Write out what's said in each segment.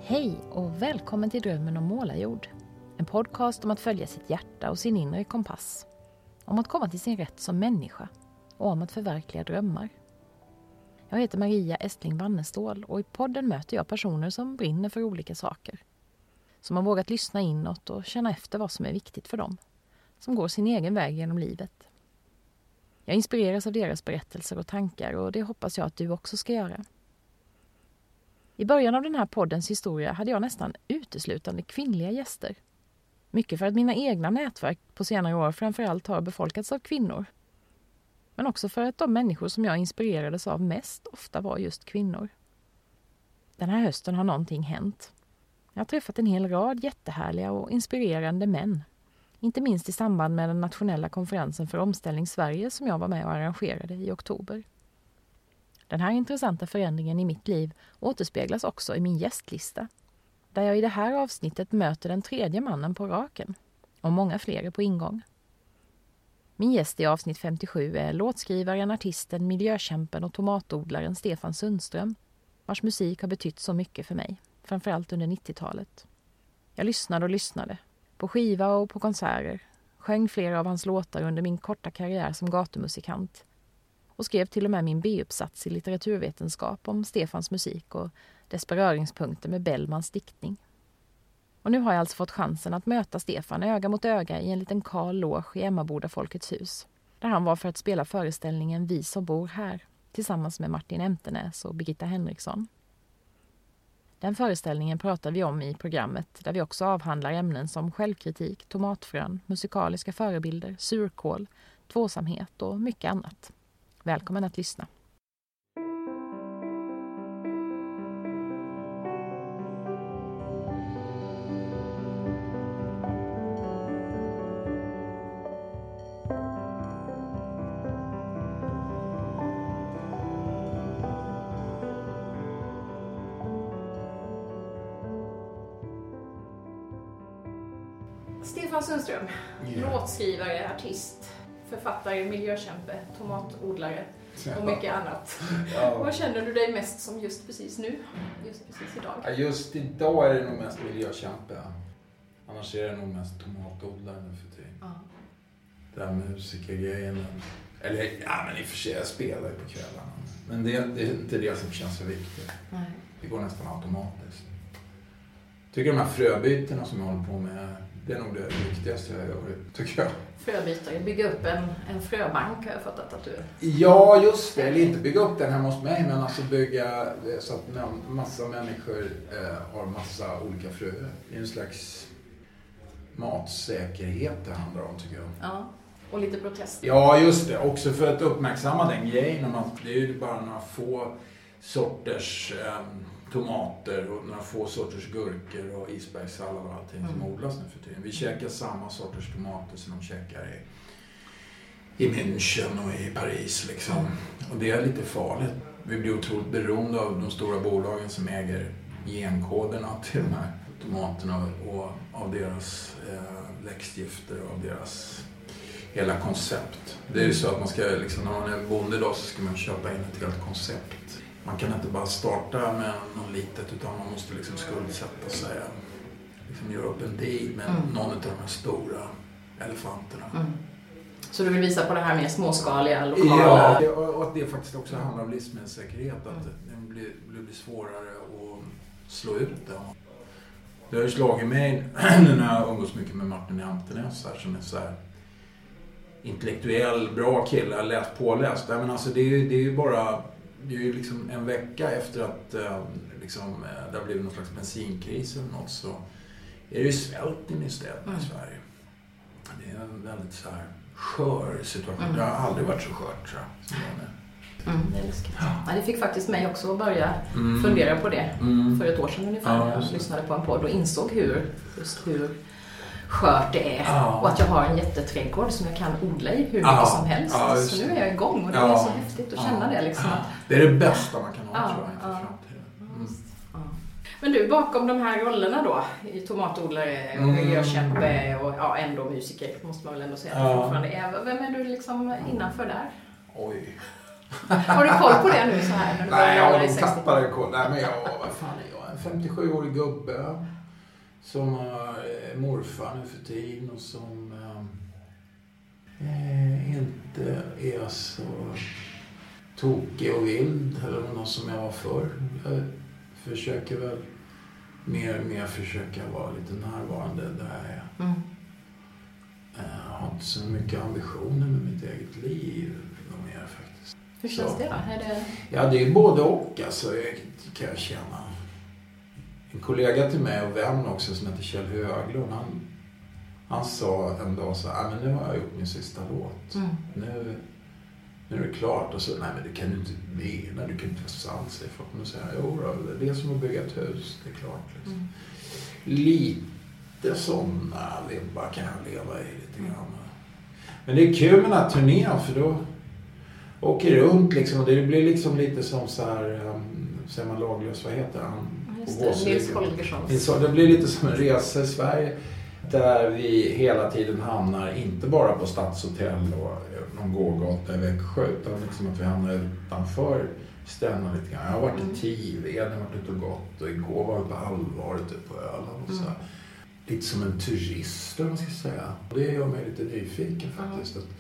Hej och välkommen till Drömmen om målarjord. En podcast om att följa sitt hjärta och sin inre kompass. Om att komma till sin rätt som människa och om att förverkliga drömmar. Jag heter Maria Estling Wannestål och i podden möter jag personer som brinner för olika saker. Som har vågat lyssna inåt och känna efter vad som är viktigt för dem. Som går sin egen väg genom livet. Jag inspireras av deras berättelser och tankar och det hoppas jag att du också ska göra. I början av den här poddens historia hade jag nästan uteslutande kvinnliga gäster. Mycket för att mina egna nätverk på senare år framförallt har befolkats av kvinnor. Men också för att de människor som jag inspirerades av mest ofta var just kvinnor. Den här hösten har någonting hänt. Jag har träffat en hel rad jättehärliga och inspirerande män. Inte minst i samband med den nationella konferensen för omställning Sverige som jag var med och arrangerade i oktober. Den här intressanta förändringen i mitt liv återspeglas också i min gästlista. Där jag i det här avsnittet möter den tredje mannen på raken. Och många fler på ingång. Min gäst i avsnitt 57 är låtskrivaren, artisten, miljökämpen och tomatodlaren Stefan Sundström. Vars musik har betytt så mycket för mig. Framförallt under 90-talet. Jag lyssnade och lyssnade. På skiva och på konserter. Sjöng flera av hans låtar under min korta karriär som gatumusikant. Och skrev till och med min B-uppsats i litteraturvetenskap om Stefans musik och dess beröringspunkter med Bellmans diktning. Och nu har jag alltså fått chansen att möta Stefan öga mot öga i en liten kal loge i Emmaboda Folkets hus. Där han var för att spela föreställningen Vi som bor här tillsammans med Martin Emtenäs och Birgitta Henriksson. Den föreställningen pratar vi om i programmet där vi också avhandlar ämnen som självkritik, tomatfrön, musikaliska förebilder, surkål, tvåsamhet och mycket annat. Välkommen att lyssna. Stefan Sundström, låtskrivare, artist, författare, miljökämpe, tomatodlare och mycket annat. Ja. Vad känner du dig mest som just precis nu? Just precis idag? Ja, just idag är det nog mest miljökämpe. Annars är det nog mest tomatodlare nu för tiden. Ja. Den musikergrejen. Eller ja, men i och för sig jag spelar på kvällarna. Men det är inte det som känns så viktigt. Nej. Det går nästan automatiskt. Tycker de här fröbytena som jag håller på med, det är nog det viktigaste jag gör, tycker jag. Fröbytare, bygga upp en fröbank har jag fattat att du... Ja, just det. Eller inte bygga upp den hemma hos mig, men alltså bygga så att massa människor har massa olika fröer. Det är en slags matsäkerhet det handlar om, tycker jag. Ja, och lite protester. Ja, just det. Också för att uppmärksamma den grejen. Det är ju bara några få sorters tomater och några få sorters gurkor och isbergssallad och allting som odlas nu för tiden. Vi käkar samma sorters tomater som de käkar i München och i Paris liksom. Och det är lite farligt. Vi blir otroligt beroende av de stora bolagen som äger genkoderna till de här tomaterna och av deras växtgifter och av deras hela koncept. Det är ju så att man ska liksom, när man är bonde idag så ska man köpa in ett helt koncept. Man kan inte bara starta med någon litet utan man måste liksom skuldsätta sig. Liksom göra upp en deal med någon av de här stora elefanterna. Mm. Så du vill visa på det här mer småskaliga, lokala? Ja, och att det faktiskt också handlar om livsmedelssäkerhet. Att det blir svårare att slå ut det. Det har ju slagit mig när jag umgås mycket med Martin Emtenäs här, som är så här intellektuell, bra kille, påläst. Men alltså det är ju bara... Det är ju liksom en vecka efter att det har blivit någon slags bensinkris eller något, så är det ju svälten i städerna i Sverige. Det är en väldigt så här skör situation. Det har aldrig varit så skört, tror jag, som det är. Det är läskigt. Ja, det fick faktiskt mig också att börja fundera på det för ett år sedan ungefär. Ja, jag lyssnade på en podd och insåg hur skört det är. Och att jag har en jätteträdgård som jag kan odla i hur mycket som helst. Så nu är jag igång och det är så häftigt att känna det. Liksom. Det är det bästa man kan ha, tror jag, inför framtiden. Men du, bakom de här rollerna då, i tomatodlare och miljökämpe och ändå musiker, måste man väl ändå säga att du fortfarande är. Vem är du liksom innanför där? Oj. Har du koll på det nu så här? När du Nej, jag i har tappade koll. Nej, men vad fan är jag? En 57-årig gubbe som har morfar nu för tiden och som inte är så tokig och vild eller något som jag var förr. Jag försöker väl mer försöka vara lite närvarande där jag är. Jag har inte så mycket ambitioner med mitt eget liv mer faktiskt. Hur känns det då? Ja, det är både och. Alltså, kan jag känna. En kollega till mig och vän också som heter Kjell Höglund, han sa en dag så här, men nu har jag gjort min sista låt. Nu är det klart. Och så, nej men det kan du inte mena, du kan inte vara sant, säger folk. Men säger jo då, det är som att bygga ett hus, det är klart. Liksom. Lite sådana vibbar kan jag leva i lite grann. Men det är kul med den här turnén, för då åker runt liksom, och det blir liksom lite som så här, säger man laglös, vad heter han? Just det, Nils Holgersson. Det blir lite som en resa i Sverige där vi hela tiden hamnar inte bara på Stadshotell och någon gågata i Växjö, utan liksom att vi hamnar utanför städerna lite grann. Jag har varit i Tiveden, jag har varit ute och gått, och igår var jag på allvar ute på Öland och så här. Lite som en turist, om man ska säga. Det gör mig lite nyfiken faktiskt, att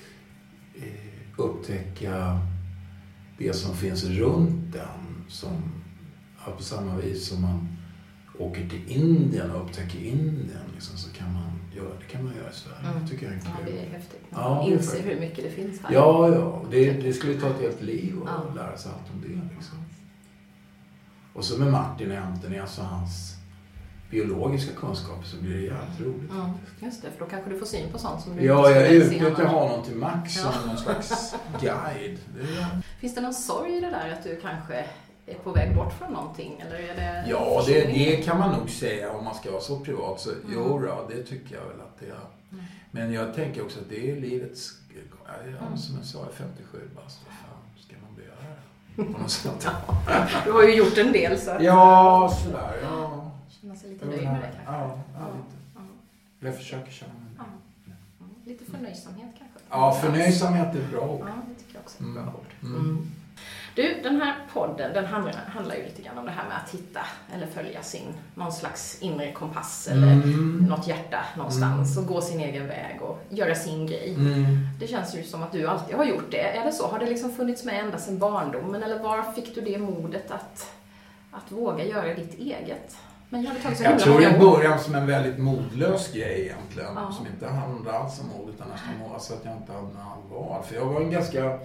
upptäcka det som finns runt den, som på samma vis som man åker till Indien och upptäcker Indien liksom, så kan man göra det, kan man göra i Sverige. Det tycker jag är kul. Ja, det är häftigt. Man inser hur mycket det finns här. Ja. Det skulle ta ett helt liv att lära sig allt om det liksom. Och så med Martin Enten, alltså hans biologiska kunskaper, så blir det jävligt roligt. Just det, för då kanske du får syn på sånt som du jag inte skulle se. Jag utnyttjar honom till max som någon slags guide. Finns det någon sorg i det där att du kanske är på väg bort från någonting? Eller är det det kan man nog säga om man ska vara så privat. Så det tycker jag väl att det är. Men jag tänker också att det är livets... som jag sa, 57 bast. Vad fan ska man begära? På något sätt. Du har ju gjort en del så att... Ja, sådär. Ja. Känna sig lite nöjd med det kanske. Ja, lite. Jag försöker känna mig nöjd. Lite förnöjsamhet kanske. Ja, förnöjsamhet är ett bra ord. Ja, det tycker jag också är ett bra ord. Du, den här podden, den handlar ju lite grann om det här med att hitta eller följa någon slags inre kompass eller något hjärta någonstans och gå sin egen väg och göra sin grej. Det känns ju som att du alltid har gjort det. Är det så? Har det liksom funnits med ända sedan barndomen, eller var fick du det modet att våga göra ditt eget? Men jag tror det började som en väldigt modlös grej egentligen, som inte handlade alls om mod, utan nästan så att jag inte hade allvar. För jag var en ganska...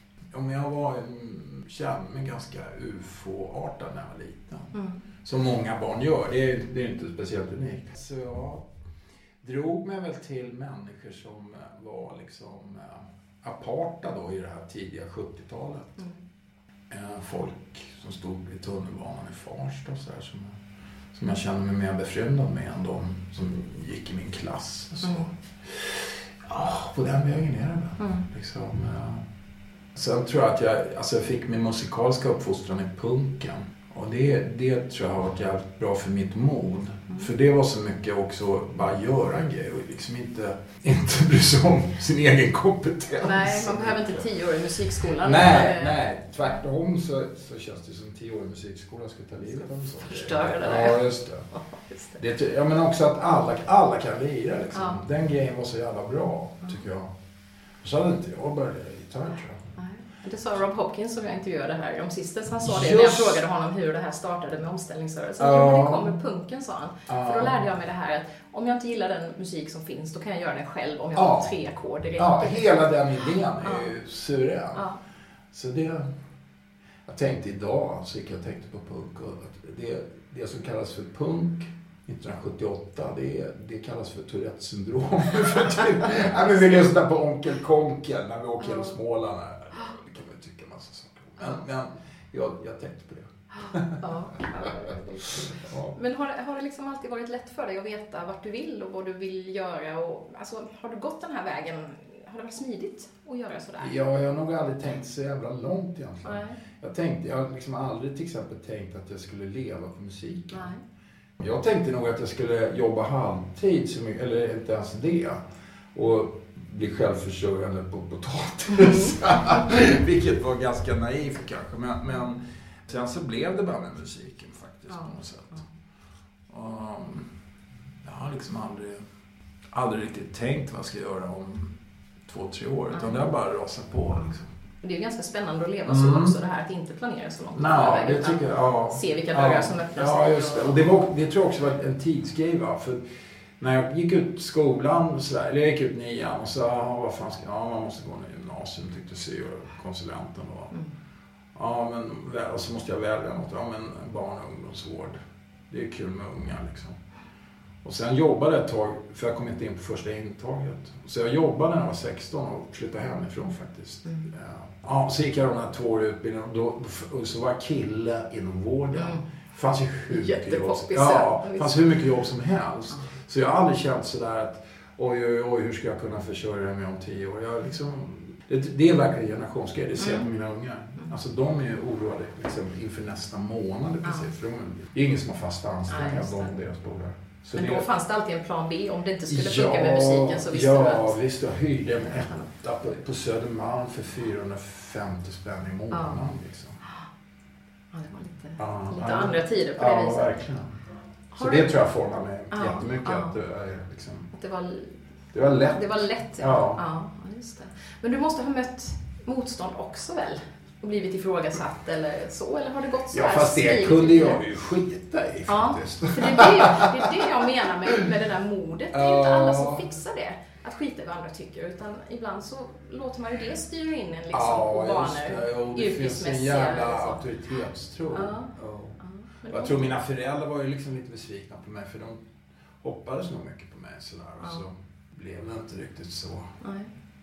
kände mig ganska ufo-artad när jag var liten. Som många barn gör. Det är inte speciellt unikt. Så jag drog mig väl till människor som var liksom aparta då i det här tidiga 70-talet. Folk som stod i tunnelbanan i Farsta och så här, som jag kände mig mer befryndad med än de som gick i min klass. Så. På den vägen är det liksom. Sen tror jag att jag fick min musikaliska uppfostran i punken. Och det tror jag har varit jävligt bra för mitt mod. För det var så mycket också bara göra en grej och liksom inte bry sig om sin egen kompetens. Nej, man behöver inte 10 år i musikskolan. Nej. Tvärtom så känns det som 10 år i musikskolan ska ta livet av en sån. Förstöra det. Ja, just det. Men också att alla kan lira liksom. Den grejen var så jävla bra, tycker jag. Så hade inte jag börjat gitarr, tror jag. Det sa Rob Hopkins som jag intervjuade här om sistens. Han sa det när jag frågade honom hur det här startade med omställningsrörelsen. Jo, men det kom med punken, sa han. För då lärde jag mig det här att om jag inte gillar den musik som finns, då kan jag göra den själv om jag har 3 ackord. Hela den idén är ju surreal. Så jag tänkte idag, så gick jag tänkte på punk. Och det som kallas för punk 1978, det kallas för Tourettes syndrom. Men vi lyssnar på Onkel Konkel när vi åker genom Småland här. Det kan man tycka massa saker. Men jag tänkte på det. Men har det liksom alltid varit lätt för dig att veta vart du vill och vad du vill göra? Och, alltså, har du gått den här vägen? Har det varit smidigt att göra sådär? Ja, jag har nog aldrig tänkt så jävla långt egentligen. Jag har liksom aldrig till exempel tänkt att jag skulle leva på musiken. Jag tänkte nog att jag skulle jobba halvtid, eller inte ens det. och bli självförsörjande på potatis. Vilket var ganska naivt kanske. Men sen så blev det bara med musiken faktiskt på något sätt. Och jag har liksom aldrig riktigt tänkt vad jag ska göra om 2-3 år. Utan det har bara rasat på liksom. Det är ju ganska spännande att leva så också, det här att inte planera så långt. Nej, det tycker jag. Se vilka dörrar som öppnar sig. Ja, just det. Och det tror jag också var en tidsgrej, va? För när jag gick ut skolan och sådär, eller jag gick ut 9:an och så, vad fan ska jag, man måste gå ner gymnasium, tyckte konsulenten då. Ja, men och så måste jag välja något, men barn- och ungdomsvård. Det är kul med unga liksom. Och sen jobbade jag ett tag, för jag kom inte in på första intaget. Så jag jobbade när jag var 16 och flyttade hemifrån faktiskt. Ja, så gick jag de här 2-åriga utbildningarna och så var jag kille inom vården. Det fanns ju hur mycket jobb. Ja, det fanns hur mycket jobb som helst. Så jag har aldrig känt sådär att oj, hur ska jag kunna försörja mig om 10 år? Jag liksom, det är verkligen generationsgrej, det ser jag på mina ungar. Alltså de är ju oroade liksom, inför nästa månad precis. För det är ingen som har fasta anställningar av deras bolag. Men då fanns det alltid en plan B om det inte skulle funka med musiken, så visste du att... Ja, visst. Jag hyrde en etta på Södermalm för 450 spänn i månaden. Liksom. Ja, det var lite andra tider på det viset. Ja, verkligen. Så det tror jag formar mig jättemycket. Att liksom, att det var lätt. Det var lätt, ja, just det. Men du måste ha mött motstånd också väl? Och blivit ifrågasatt eller så, eller har det gått så här? Ja, fast det kunde jag ju skita i faktiskt. För det är det jag menar med det där modet. Det är ju inte alla som fixar det. Att skita i vad andra tycker, utan ibland så låter man ju det styra in en liksom på banor. Det finns en jävla auktoritetstro. Jag tror mina föräldrar var ju liksom lite besvikna på mig, för de hoppades nog mycket på mig sådär. Och så blev det inte riktigt så. Nej.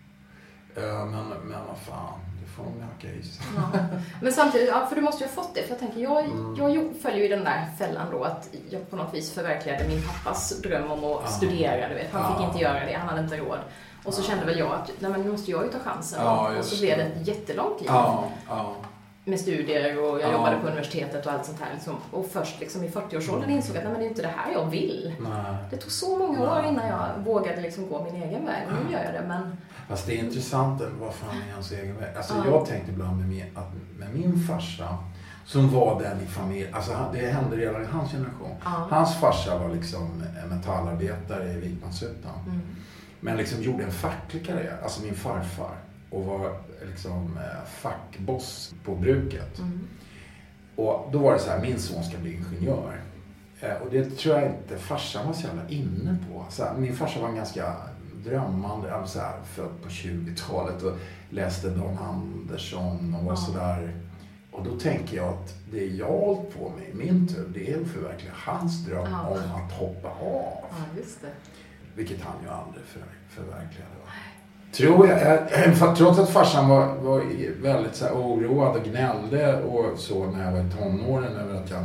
Men vad fan, det får de hacka i sig. Men samtidigt, för du måste ju ha fått det. För jag tänker, jag följer ju den där fällan då, att jag på något vis förverkligade min pappas dröm om att studera, du vet. Han fick inte göra det, han hade inte råd. Och så kände väl jag att, nej men nu måste jag ju ta chansen. Och så blev det ett jättelångt liv. Med studier och jag jobbade på universitetet och allt sånt här. Liksom. Och först liksom i 40-årsåldern insåg att nej, men det är inte det här jag vill. Nej. Det tog så många år innan jag vågade liksom gå min egen väg. Nu gör jag det, men... Fast det är intressant, vad fan är hans egen väg? Alltså jag tänkte ibland med min farsa, som var den i familj, alltså det hände redan i hans generation. Hans farsa var liksom metallarbetare i Vikmanshyttan. Men liksom gjorde en facklig karriär, alltså min farfar. Och var liksom fackboss på bruket. Och då var det så här, min son ska bli ingenjör. Och det tror jag inte farsan var så jävla inne på. Så här, min farsa var ganska drömmande, så här, född på 20-talet och läste Dan Andersson och var sådär. Och då tänker jag att det jag har hållit på med i min tur, det är att förverkliga hans dröm om att hoppa av. Ja, just det. Vilket han ju aldrig förverkligade. Tror jag, trots att farsan var väldigt så här oroad och gnällde och så när jag var i tonåren över att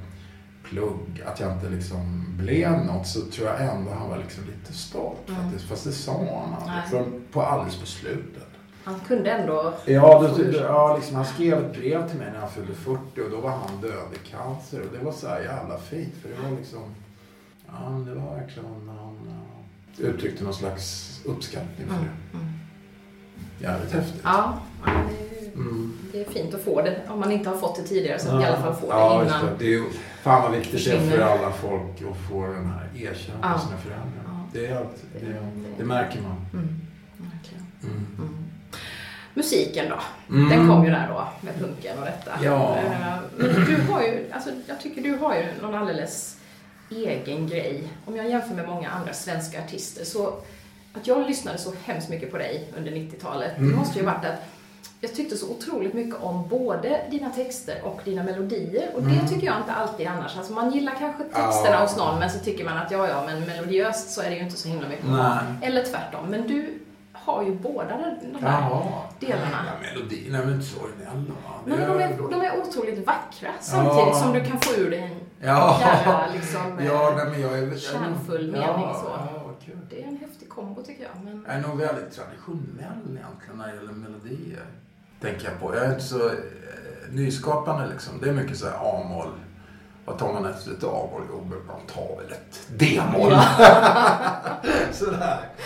jag inte liksom blev något, så tror jag ändå han var liksom lite stolt faktiskt. Fast det sa han aldrig, på alldeles på slutet. Han kunde ändå... Liksom, han skrev ett brev till mig när han fyllde 40 och då var han död i cancer. Och det var så här jävla fint, för det var liksom... Ja, det var verkligen... Han uttryckte någon slags uppskattning för det. Jävligt häftigt. Ja, det är fint att få det. Om man inte har fått det tidigare, så att i alla fall få det innan. Just det. Det är ju fan vad viktigt det är för alla folk att få den här erkännandet av sina föräldrar. Det är allt. Det märker man. Verkligen. Musiken då, den kom ju där då med punken och detta. Men du har ju, alltså jag tycker du har ju någon alldeles egen grej. Om jag jämför med många andra svenska artister, så att jag lyssnade så hemskt mycket på dig under 90-talet, det måste ju varit att jag tyckte så otroligt mycket om både dina texter och dina melodier, och det tycker jag inte alltid annars. Alltså man gillar kanske texterna hos någon, men så tycker man att men melodiöst så är det ju inte så himla mycket. Eller tvärtom, men du har ju båda de här delarna. Melodierna är inte så originella. Men de är otroligt vackra samtidigt som du kan få ur dig en jävla liksom, kärnfull mening. Det är en häftig kombo tycker jag. Men... Jag är nog väldigt traditionell egentligen när det gäller melodier. Tänker jag på. Jag är inte så nyskapande liksom. Det är mycket så här A-moll. Vad tar man efter ett A-moll? Man tar väl ett D-moll. Sådär.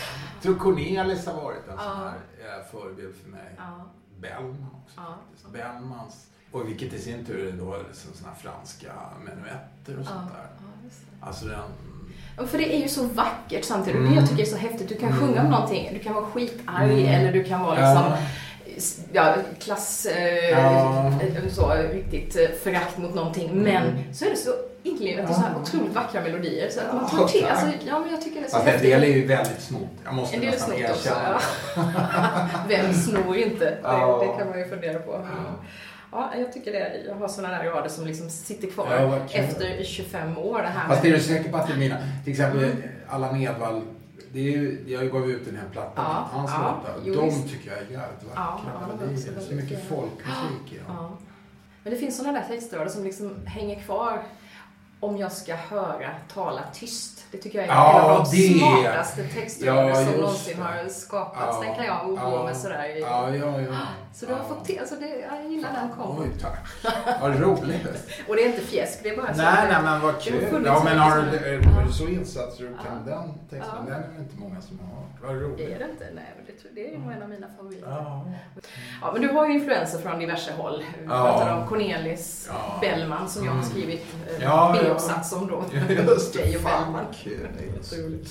tror Cornelis har varit en sån här förebild för mig. Bellman också faktiskt. Bellmans. Och vilket i sin tur är då såna här franska menuetter och sånt där. Alltså den... För det är ju så vackert samtidigt. Det jag tycker är så häftigt. Du kan sjunga om någonting. Du kan vara skitarg eller du kan vara liksom... klass så riktigt förakt mot någonting, men så är det så inlevat och så här otroligt vackra melodier så att man tar till, alltså, men jag tycker det är så häftigt. En del är ju väldigt snott. Jag måste nästan erkänna. Vem snor inte? Det kan man ju fundera på. Ja, jag tycker det. Jag har sådana där rader som liksom sitter kvar efter 25 år. Det här. Fast är du säker på att det är mina? Till exempel Allan Edwall. Jag gav ut den här plattan. Hans låtar. De tycker jag är jävligt vackra. Det är så mycket folkmusik i dem. Men det finns sådana där textrader som liksom hänger kvar om jag ska höra tala tyst. Det tycker jag är en av de smartaste textrader som någonsin har skapats. Den kan jag oroa mig sådär. Så du har fått till, alltså jag gillar den kom. Oj, tack. Vad roligt. Och det är inte fjäsk, det är bara så. Nej, men vad kul. Ja, men har du så insatt så du kan den texten? Den är det inte många som har. Vad roligt. Det är det inte, nej. Det är nog en av mina favoriter. Ja, men du har ju influenser från diverse håll. Vi pratade om Cornelis Bellman som jag har skrivit B-uppsats om då. Just det, Bellman. Kul. Det är roligt.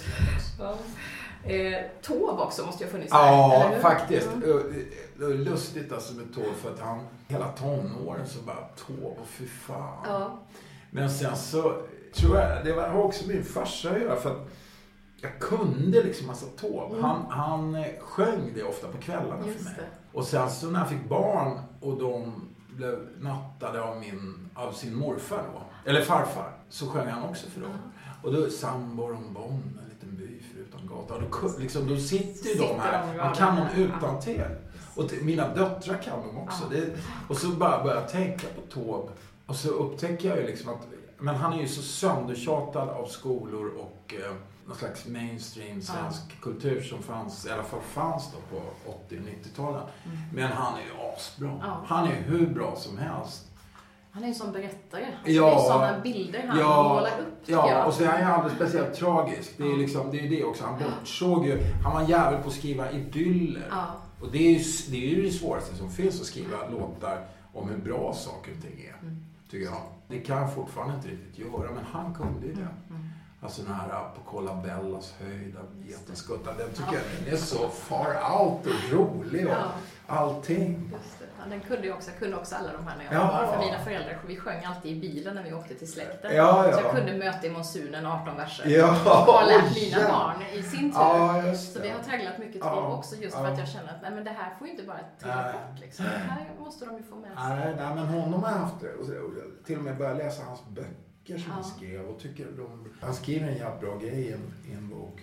Taube också måste ju ha funnits där. Ja, faktiskt. Det är lustigt alltså med Taube för att han hela tonåren så bara Taube och fy fan. Men sen så tror jag, det var också min farsa att göra för att jag kunde liksom alltså Taube. Han sjöng det ofta på kvällarna för mig. Och sen så när jag fick barn och de blev nattade av sin morfar då, eller farfar, så sjöng han också för dem. Och då Sambor om Bonn, en liten by förutom gata. Och då sitter ju de här, man kan dem utan till. Och mina döttrar kan dem också. Och så bara börjar jag tänka på Taube. Och så upptäcker jag ju liksom att, men han är ju så söndertjatad av skolor och någon slags mainstream svensk kultur som fanns, i alla fall fanns då på 80- och 90-talen. Men han är ju asbra. Han är hur bra som helst. Han är ju som berättare. Alltså det är sådana bilder han målar upp. Ja, och så är han ju alldeles speciellt tragisk. Det är liksom, det är det också. Han bortsåg ju, han var jävel på att skriva idyller. Och det är ju det svåraste som finns att skriva låtar om hur bra saker och ting är. Tycker jag. Det kan han fortfarande inte riktigt göra, men han kunde ju det. Alltså den här på Kolla Bellas höjda jätteskuttan, den tycker jag är så far out och rolig och allting. Just det. Ja, den kunde också alla de här när jag var barn. För mina föräldrar, vi sjöng alltid i bilen när vi åkte till släkten. Så jag kunde möta i monsunen 18 verser. Och har lärt mina barn i sin tur. Så vi har träglat mycket till också just för att jag känner att nej, men det här får ju inte bara trilla bort. Liksom. Det här måste de ju få med sig. Nej, men honom har jag haft det. Och till och med börjat läsa hans böcker som han skrev. Och tycker han skriver en jävla bra grej i en bok.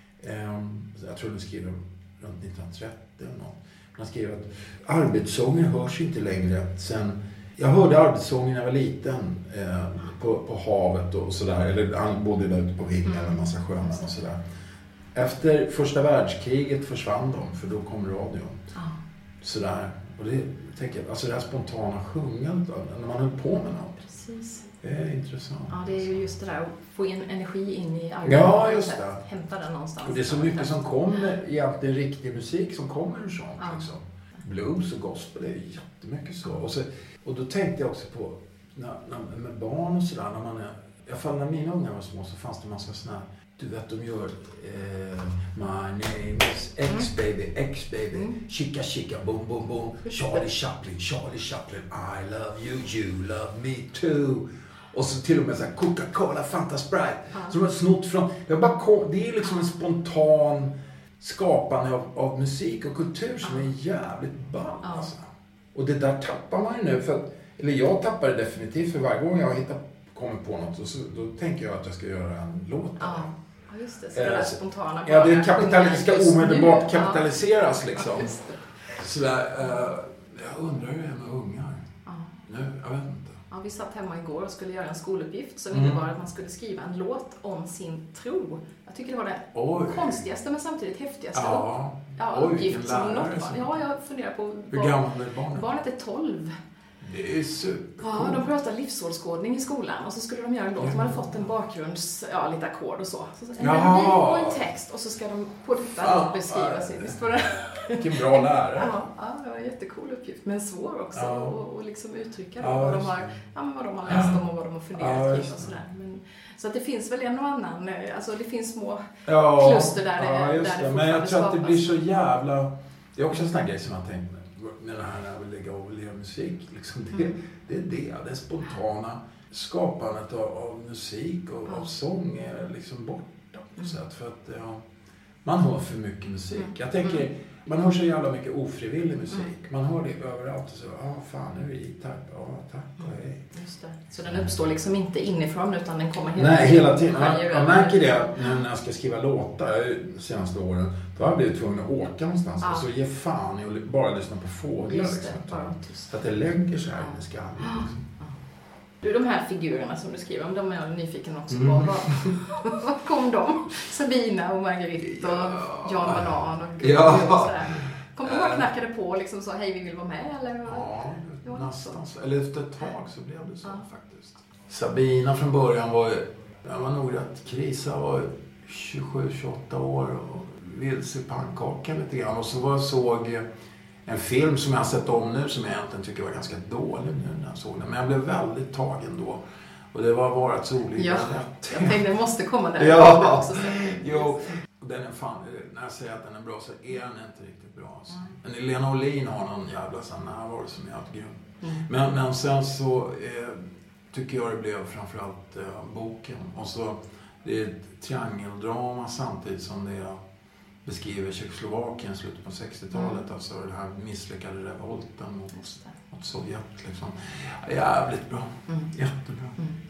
Jag tror han skriver runt 1930 eller något. Han skrev att arbetssånger hörs inte längre sen. Jag hörde arbetssånger när jag var liten på havet och sådär. Eller han bodde där ute på Vinga med en massa sjömän och sådär. Efter första världskriget försvann de, för då kom radion. Sådär. Och det tänker jag, alltså det här spontana sjungandet när man höll på med något. Precis. Det är intressant. Ja, det är ju just det där att få in energi in i arbetet. Ja, just det. Hämta den någonstans. Och det är så mycket som kommer, egentligen riktig musik som kommer ur sånt. Liksom. Blues och gospel, det är jättemycket så. Och då tänkte jag också på, med barn och sådär, när man är, i alla fall när mina ungar var små så fanns det en massa sådana, du vet de gör My name is X-baby, chica chica, boom boom boom, Charlie Chaplin, I love you, you love me too. Och så till och med så här Coca-Cola, Fanta Sprite. Så de har snott från, det är liksom en spontan skapande av musik och kultur som är jävligt ball. Alltså. Och det där tappar man ju nu, eller jag tappar det definitivt, för varje gång jag kommer på något då tänker jag att jag ska göra en låt. Ja, just det. Så det där spontana. Ja, det ska omedelbart kapitaliseras liksom. Så jag undrar hur det är med ungar. Nu, jag vet inte. Ja, vi satt hemma igår och skulle göra en skoluppgift som innebar att man skulle skriva en låt om sin tro. Jag tycker det var det konstigaste men samtidigt häftigaste uppgift som något barn. Ja, jag funderar på... Hur gammal är barnet? Barnet är 12. Det är supercoolt. Ja, de pratade livsåskådning i skolan och så skulle de göra en låt. De hade fått en bakgrunds, lite ackord och så. En melodi och en text och så ska de på detta beskriva sig. Visst var det? Vilken bra lärare. Ja, det var en jättecool uppgift, men svår också. Och liksom uttrycka vad de har läst om och vad de har funderat kring och sådär. Så att det finns väl en och annan, alltså det finns små kluster där det fortfarande. Men jag tror att det blir så jävla... Det är också en sån här grej som jag tänkt med det här när jag vill lägga av och leva musik. Liksom det spontana skapandet av musik och av sång är liksom borta på sätt. För att man hör för mycket musik. Jag tänker, man hör så jävla mycket ofrivillig musik. Man hör det överallt och så, fan nu är det E-Type, tack och hej. Just det. Så den uppstår liksom inte inifrån utan den kommer hela tiden. Jag märker det nu när jag ska skriva låtar de senaste åren. Då har jag blivit tvungen att åka någonstans och så ge fan i och bara lyssna på fåglar. Så att det lägger sig här i skallen. Liksom. Du, de här figurerna som du skriver om, de är jag nyfiken också på. Var kom de? Sabina och Marguerite och Jan Banan och Gud och sådär. Kom de och knackade på och liksom sa hej vi vill vara med? Eller? Ja, nästan så. Eller efter ett tag så blev det så faktiskt. Sabina från början var nog rätt krisa, var 27-28 år och vilse pannkaka lite grann. Och så såg en film som jag har sett om nu som jag egentligen tycker var ganska dålig nu när jag såg den. Men jag blev väldigt tagen då. Och det var Varats olika rätt. Jag tänkte det måste komma där. Jo, den är fan, när jag säger att den är bra så är den inte riktigt bra. Alltså. Men Elena Olin har någon jävla sån närvaro som är helt grym. Men sen så tycker jag det blev framförallt boken. Och så det är ett triangeldrama samtidigt som det beskriver Tjeckoslovakien i slutet på 60-talet. Alltså den här misslyckade revolten mot Sovjet. Liksom. Jävligt bra. Jättebra.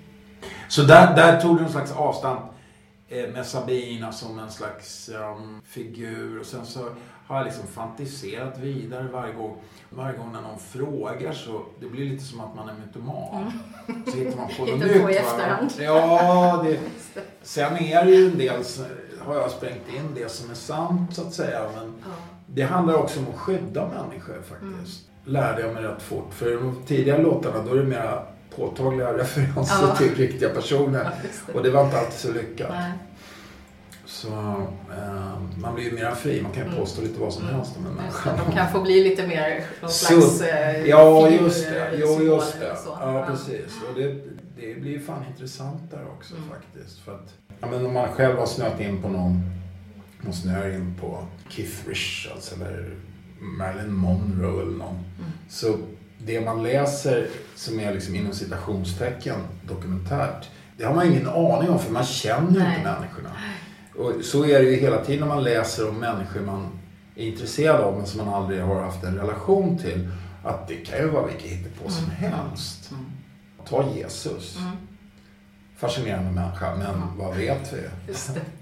Så där tog du en slags avstamp med Sabina som en slags figur. Och sen så har jag liksom fantiserat vidare varje gång när någon frågar så det blir lite som att man är mytoman. Så hittar man på något nytt. På i efterhand. Ja, sen är det ju en del har jag sprängt in det som är sant så att säga. Men det handlar också om att skydda människor faktiskt. Lärde jag mig rätt fort. För de tidigare låtarna då är det mer påtagliga referenser till riktiga personer. Och det var inte alltid så lyckat. Nej. Så man blir ju mer fri. Man kan ju påstå lite vad som helst om en människa. De kan få bli lite mer någon slags just det. Ja, precis. Och det blir ju fan intressant där också faktiskt. För att om man själv har snöat in på någon snöar in på Keith Richards eller Marilyn Monroe eller någon. Så det man läser som är liksom inom citationstecken dokumentärt, det har man ingen aning om för man känner inte människorna. Och så är det ju hela tiden när man läser om människor man är intresserad av men som man aldrig har haft en relation till. Att det kan ju vara vilket hittepå som helst. Ta Jesus. Fascinerande människa, men vad vet vi? Just det.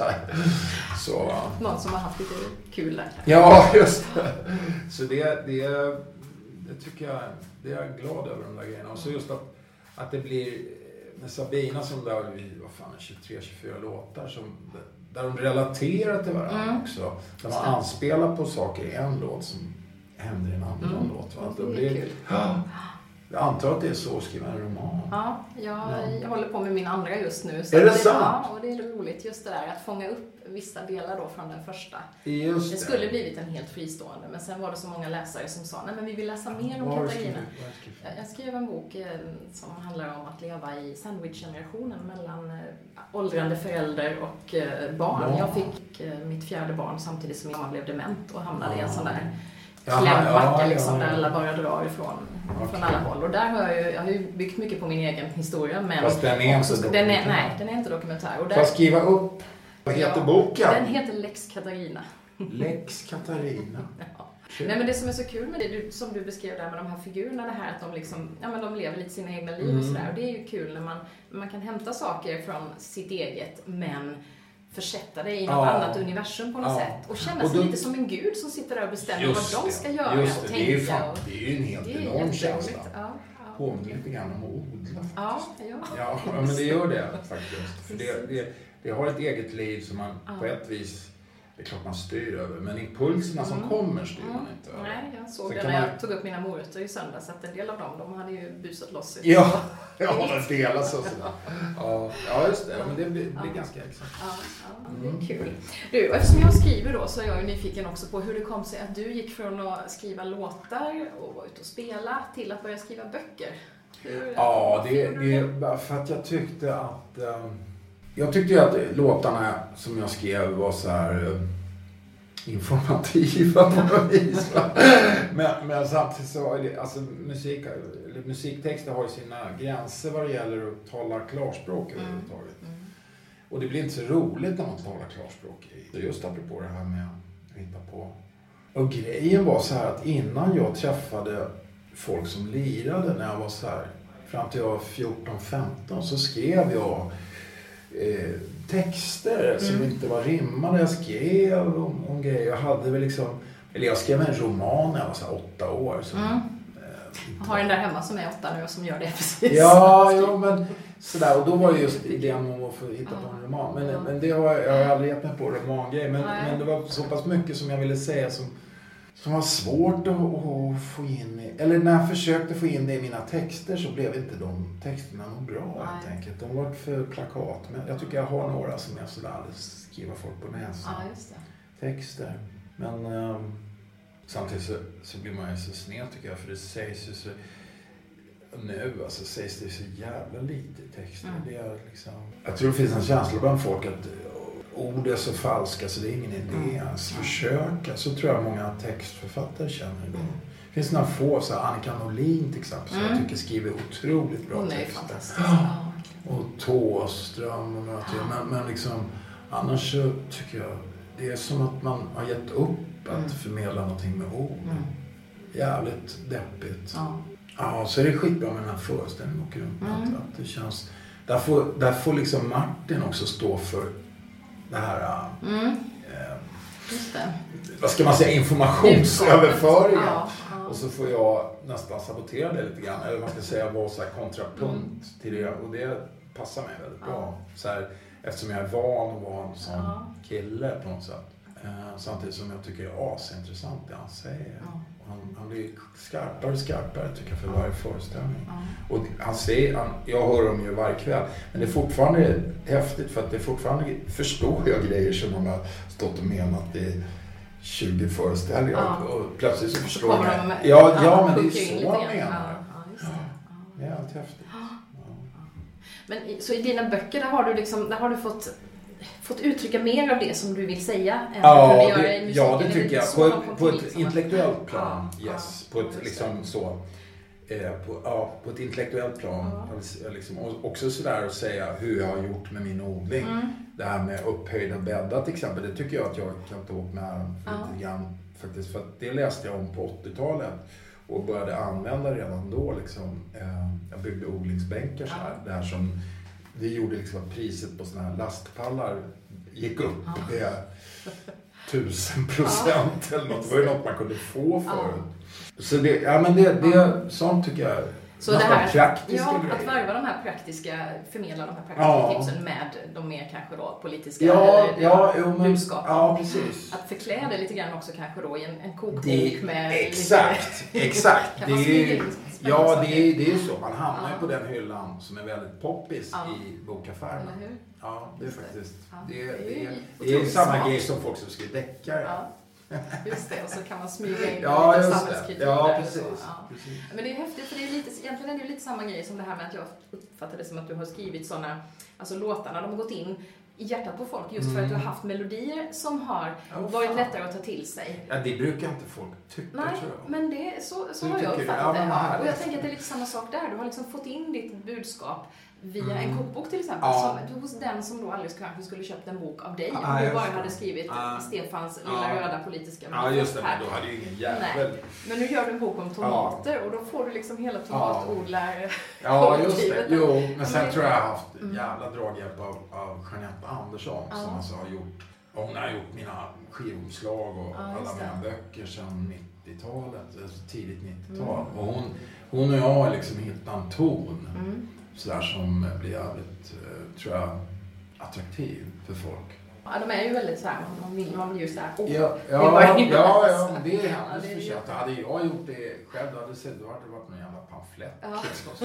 så. Någon som har haft lite kul där. Ja, just det. Så det tycker jag, det är jag glad över de där grejerna. Och så just att det blir med Sabina som där, vad fan, 23-24 låtar som, där de relaterar till varandra också. Där man anspelar på saker i en låt som händer i en annan låt. Va? Det är kul. Jag antar att det är så att skriva en roman. Ja, jag håller på med min andra just nu. Så är det sant? Ja, och det är roligt just det där att fånga upp vissa delar då från den första. Just det skulle blivit en helt fristående, men sen var det så många läsare som sa nej men vi vill läsa mer om Katarina. Jag skrev en bok som handlar om att leva i sandwich-generationen mellan åldrande förälder och barn. Jag fick mitt fjärde barn samtidigt som mamma blev dement och hamnade i en sån där klämbacka liksom, där alla bara drar ifrån från alla håll. Och där har jag har ju byggt mycket på min egen historia. Men fast den är inte dokumentär. Nej, den är inte dokumentär. Och där, får skriva upp, vad heter boken? Den heter Lex Katarina. Lex Katarina. Nej, men det som är så kul med det som du beskrev där med de här figurerna, det här att de liksom, de lever lite sina egna liv och sådär. Och det är ju kul när man kan hämta saker från sitt eget men försätta det i något annat universum på något sätt. Och känna sig lite som en gud som sitter där och bestämmer vad de ska göra och tänka. Det är ju en helt enorm känsla. Påminner lite grann om att odla. Ja, men det gör det faktiskt. För det har ett eget liv som man på ett vis, det är klart man styr över, men impulserna som kommer styr man inte över. Nej, jag såg det när jag tog upp mina morötter i söndags, att en del av dem, de hade ju busat loss. Ja, det delas och så. Ja, just det. Men det blir ganska exakt. Ja, det är kul. Du, eftersom jag skriver då, så är jag ju nyfiken också på hur det kom sig att du gick från att skriva låtar och vara ute och spela till att börja skriva böcker. Det är bara för att jag tyckte att... Jag tyckte ju att låtarna som jag skrev var så här informativa på något vis. Men samtidigt så var det, alltså musiktexter har ju sina gränser vad det gäller att tala klarspråk överhuvudtaget. Och det blir inte så roligt när man talar klarspråk just apropå det här med att hitta på. Och grejen var så här att innan jag träffade folk som lirade när jag var så här, fram till jag var 14-15, så skrev jag texter som inte var rimmade. Jag skrev om grejer. Jag hade väl liksom, eller jag skrev en roman när jag var så här 8 år. Jag har den där hemma som är 8 nu och som gör det precis. Ja, men sådär. Och då var det just idén om att få hitta på en roman. Men det har jag aldrig gett mig på romangrej. Men det var så pass mycket som jag ville säga som var svårt att få in i, eller när jag försökte få in det i mina texter så blev inte de texterna nog bra helt enkelt. De var för plakat. Men jag tycker jag har några som är sådär skriva folk på näsan. Ja, just det. Texter. Men samtidigt så blir man ju så sned tycker jag, för det sägs ju så nu, alltså sägs det så jävla lite i texter. Det är liksom, jag tror det finns en känsla bland folk att ord är så falska så det är ingen idé ens försöka. Så tror jag många textförfattare känner det. Det finns några få, så Annika Norlin till exempel, som jag tycker skriver otroligt bra texter. Och Thåström och något. Men liksom, annars så tycker jag det är som att man har gett upp att förmedla någonting med ord. Jävligt deppigt. Ja, så är det skitbra med den här föreställningen och runt att det känns, där får liksom Martin också stå för det här just det. Vad ska man säga, informationsöverföringen. Och så får jag nästan sabotera det lite grann, eller man ska säga vara så här kontrapunkt till det, och det passar mig väldigt bra så här, eftersom jag är van att vara en sån kille på något sätt. Samtidigt som jag tycker det är asintressant det han säger. Han blir skarpare och skarpare tycker jag för varje föreställning. Och han säger, jag hör dem ju varje kväll, men det är fortfarande häftigt för att det är fortfarande förstår jag grejer som man har stått och menat i 20 föreställningar och plötsligt så förstår man. Men det är så han menar. Det är allt häftigt. Men så i dina böcker där har du fått uttrycka mer av det som du vill säga än det tycker jag. På ett intellektuellt plan, yes. På ett liksom så på ett intellektuellt plan liksom, och också sådär att säga hur jag har gjort med min odling. Det här med upphöjda bäddar till exempel, det tycker jag att jag kan ta upp med lite grann faktiskt, för att det läste jag om på 80-talet och började använda redan då liksom. Jag byggde odlingsbänkar så här, det här som det gjorde liksom att priset på såna här lastpallar gick upp med 1000% eller något. Det var ju något man kunde få förut. Så det sånt tycker jag. Så det här praktiska grejer. Att varva de här praktiska, förmedla de här praktiska tipsen med de mer kanske då politiska budskap. Ja, precis. Att förklä det lite grann också kanske då i en kokbok med exakt. Det är ju så. Man hamnar ju på den hyllan som är väldigt poppis i bokaffärerna. Ja, det är faktiskt. Det är samma grej som folk som skriver deckare. Just det, och så kan man smyga in lite samhällskritik där. Precis. Men det är häftigt, för det är egentligen är det lite samma grej som det här med att jag uppfattar det som att du har skrivit sådana, alltså låtarna, de har gått in i hjärtat på folk just för att du har haft melodier som har varit lättare att ta till sig. Ja, det brukar inte folk tycka, tror jag. Men det så har jag uppfattat det. Och jag tänker att det är lite samma sak där. Du har liksom fått in ditt budskap via en kokbok till exempel. Hos den som då aldrig kanske skulle köpt en bok av dig. Om du bara hade skrivit Stefans lilla röda politiska manifest. Ja, just det. Men då hade ju ingen jävel. Men nu gör du en bok om tomater och då får du liksom hela tomatodlare. Ja, just det. Jo, men sen tror jag har haft jävla draghjälp av Jeanette Andersson som alltså har gjort. Hon har gjort mina skivomslag och alla mina böcker sedan 90-talet, alltså tidigt 90-tal. Och hon och jag har liksom hittat en ton sådär som blir jävligt, tror jag, attraktiv för folk. Ja, de är ju väldigt så här, man blir ju så här. Det är hennes försök. Hade jag gjort det själv, då hade det varit någon jävla pamflett. Ja.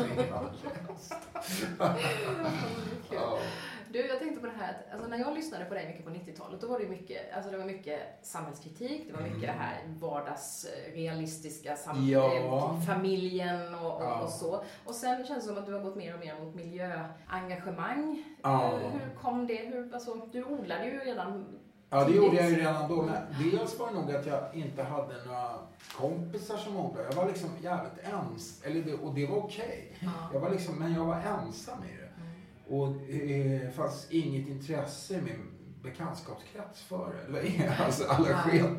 Du, jag tänkte på det här att alltså, när jag lyssnade på dig mycket på 90-talet, då var det mycket, alltså det var mycket samhällskritik, det var mycket det här vardagsrealistiska familjen och så. Och sen känns det som att du har gått mer och mer mot miljöengagemang. Hur kom det? Du odlade ju redan. Ja, det gjorde jag ju redan då. Men dels var det nog att jag inte hade några kompisar som odlade. Jag var liksom jävligt ensam. Och det var okej. Men jag var ensam i det. Och det fanns inget intresse i min bekantskapskrets för det. Alltså alla sket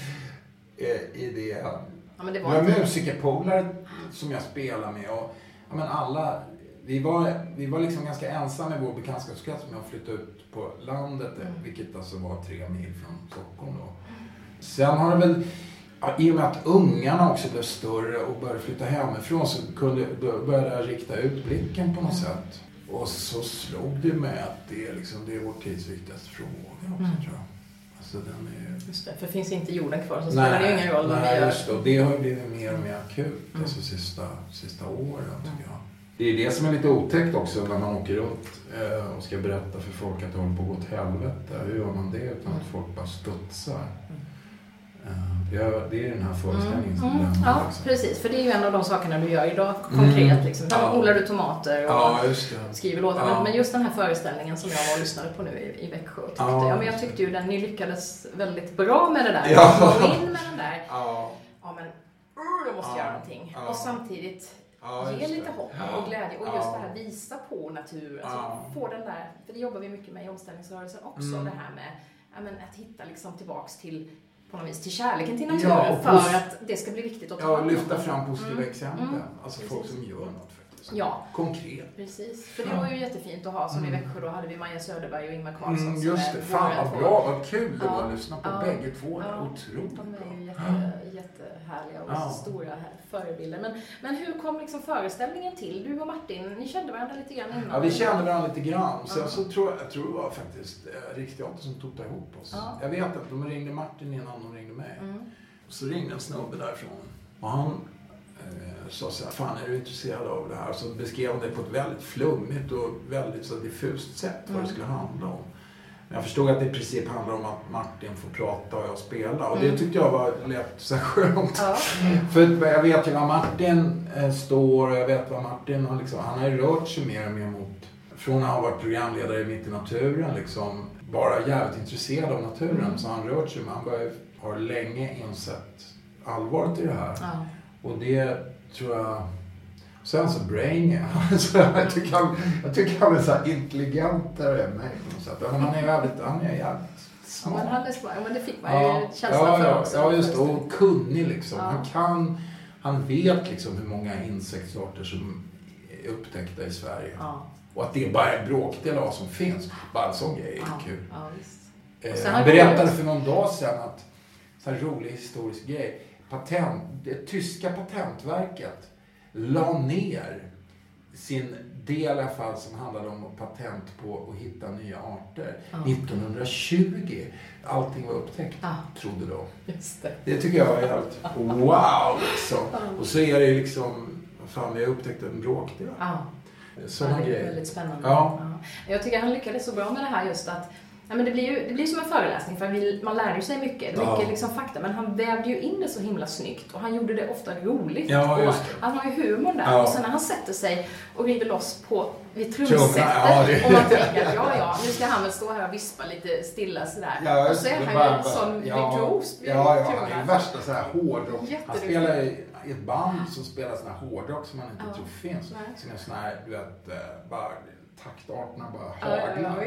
i det. Ja, men det var musikerpolare som jag spelade med. Och alla... Vi var liksom ganska ensamma i vår bekantskapskrets med att flytta ut på landet, vilket alltså var 3 mil från Stockholm då. Sen har det väl, i och med att ungarna också blev större och började flytta hemifrån, så började jag rikta ut blicken på något sätt. Och så slog det med att det är vår tids viktigaste fråga också, tror jag. Alltså den är... Just det, för finns inte jorden kvar så spelar det ju ingen roll. Nej, just det. Och det har ju blivit mer och mer akut alltså sista åren, tycker jag. Det är det som är lite otäckt också när man åker runt och ska berätta för folk att det håller på att gå åt helvete. Hur gör man det utan att folk bara studsar? Det är den här föreställningen som Ja, precis. För det är ju en av de sakerna du gör idag konkret. Liksom. Där odlar du tomater och skriver låtar. Men just den här föreställningen som jag var och lyssnade på nu i Växjö. Jag tyckte ju ni lyckades väldigt bra med det där. Gå in med den där. Då måste jag göra någonting. Och samtidigt... ge lite hopp och glädje och just det här visa på naturen. Alltså, få den där, för det jobbar vi mycket med i omställningsrörelsen också. Det här med att hitta liksom tillbaks till på något vis till kärleken till naturen för att det ska bli viktigt att ta lyfta fram positiva exempel. Alltså folk som gör något faktiskt. Konkret. Precis. För det var ju jättefint att ha som i Växjö. Då hade vi Maja Söderberg och Ingmar Karlsson. Just det. Fan vad bra. Vad kul det var att lyssna på bägge två. Otroligt. De är ju jättehärliga och stora förebilder. Men hur kom liksom föreställningen till? Du och Martin, ni kände varandra lite grann innan? Ja, vi kände varandra lite grann. Sen så tror jag det var faktiskt Riksteatern som tog ihop oss. Jag vet att de ringde Martin innan de ringde mig. Och så ringde en snubbe därifrån. Och han sa så här, fan är du intresserad av det här? Så beskrev han det på ett väldigt flummigt och väldigt så diffust sätt vad det skulle handla om. Men jag förstod att det i princip handlar om att Martin får prata och jag spelar. Och det tyckte jag var lätt så skönt. För jag vet ju vad Martin står och jag vet vad Martin har liksom, han har ju rört sig mer och mer mot, från att ha varit programledare Mitt i naturen liksom, bara jävligt intresserad av naturen. Så han rört sig, men han har länge insett allvaret i det här. Och det tror jag... Sen så Brain, jag tycker han är så här intelligentare än mig på något sätt. Men han är jävligt smart. Men det fick man ju känslan för också. Ja, just det. Och kunnig liksom. Han vet liksom hur många insektsarter som är upptäckta i Sverige. Och att det bara är en bråkdel av vad som finns. Bara en sån grej är kul. Han berättade för någon dag sedan att, så här rolig historisk grej, det tyska patentverket la ner sin del i alla fall som handlade om patent på att hitta nya arter. 1920. Allting var upptäckt, trodde de. Just det. Det tycker jag var helt wow liksom. Och så är det ju liksom, fan vi har upptäckt en bråkdel. Sådana grejer. Det är väldigt spännande. Jag tycker han lyckades så bra med det här just att men det blir som en föreläsning för man lär ju sig mycket. Det är mycket liksom fakta, men han vävde ju in det så himla snyggt och han gjorde det ofta roligt. Och han har ju humor där. Och sen när han sätter sig och river loss vid trumsetet och man tänker nu ska han väl stå här och vispa lite stilla sådär. Och så är han ju som virtuos. Han är värsta så här hårdrock. Han spelar i ett band som spelar sån här hårdrock som man inte tror finns. Som är sån här, du vet, bara taktarterna bara haglar.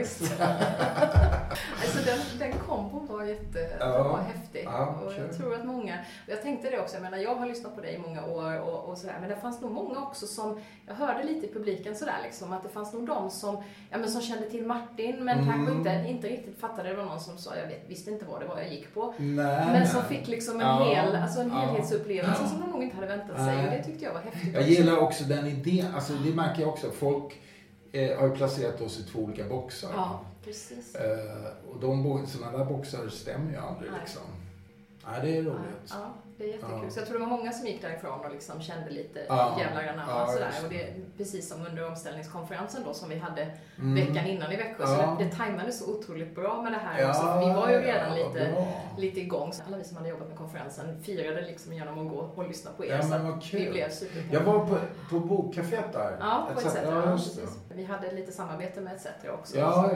Alltså den kombon var var häftig. Och jag tror att många, och jag tänkte det också, jag menar jag har lyssnat på dig i många år och sådär, men det fanns nog många också som, jag hörde lite i publiken sådär liksom, att det fanns nog de som kände till Martin, men kanske inte riktigt fattade, det var någon som sa, visste inte vad det var jag gick på. Men som fick liksom en helhetsupplevelse som de nog inte hade väntat sig, och det tyckte jag var häftigt. Jag gillar också den idén, alltså det märker jag också, folk har ju placerat oss i 2 olika boxar. precis. Och sådana där boxar stämmer ju aldrig liksom. Nej, det är roligt. Ja, det är jättekul. Så jag tror det var många som gick därifrån och liksom kände lite jävlar anamma och sådär. Och det är precis som under omställningskonferensen då som vi hade veckan innan i Växjö. Så det tajmade så otroligt bra med det här också. För vi var ju redan lite igång. Så alla vi som hade jobbat med konferensen firade liksom genom att gå och lyssna på er. Ja, men vad kul. Jag var på Bokcaféet där. Ja, på ETC. Precis. Vi hade lite samarbete med ETC också. Ja,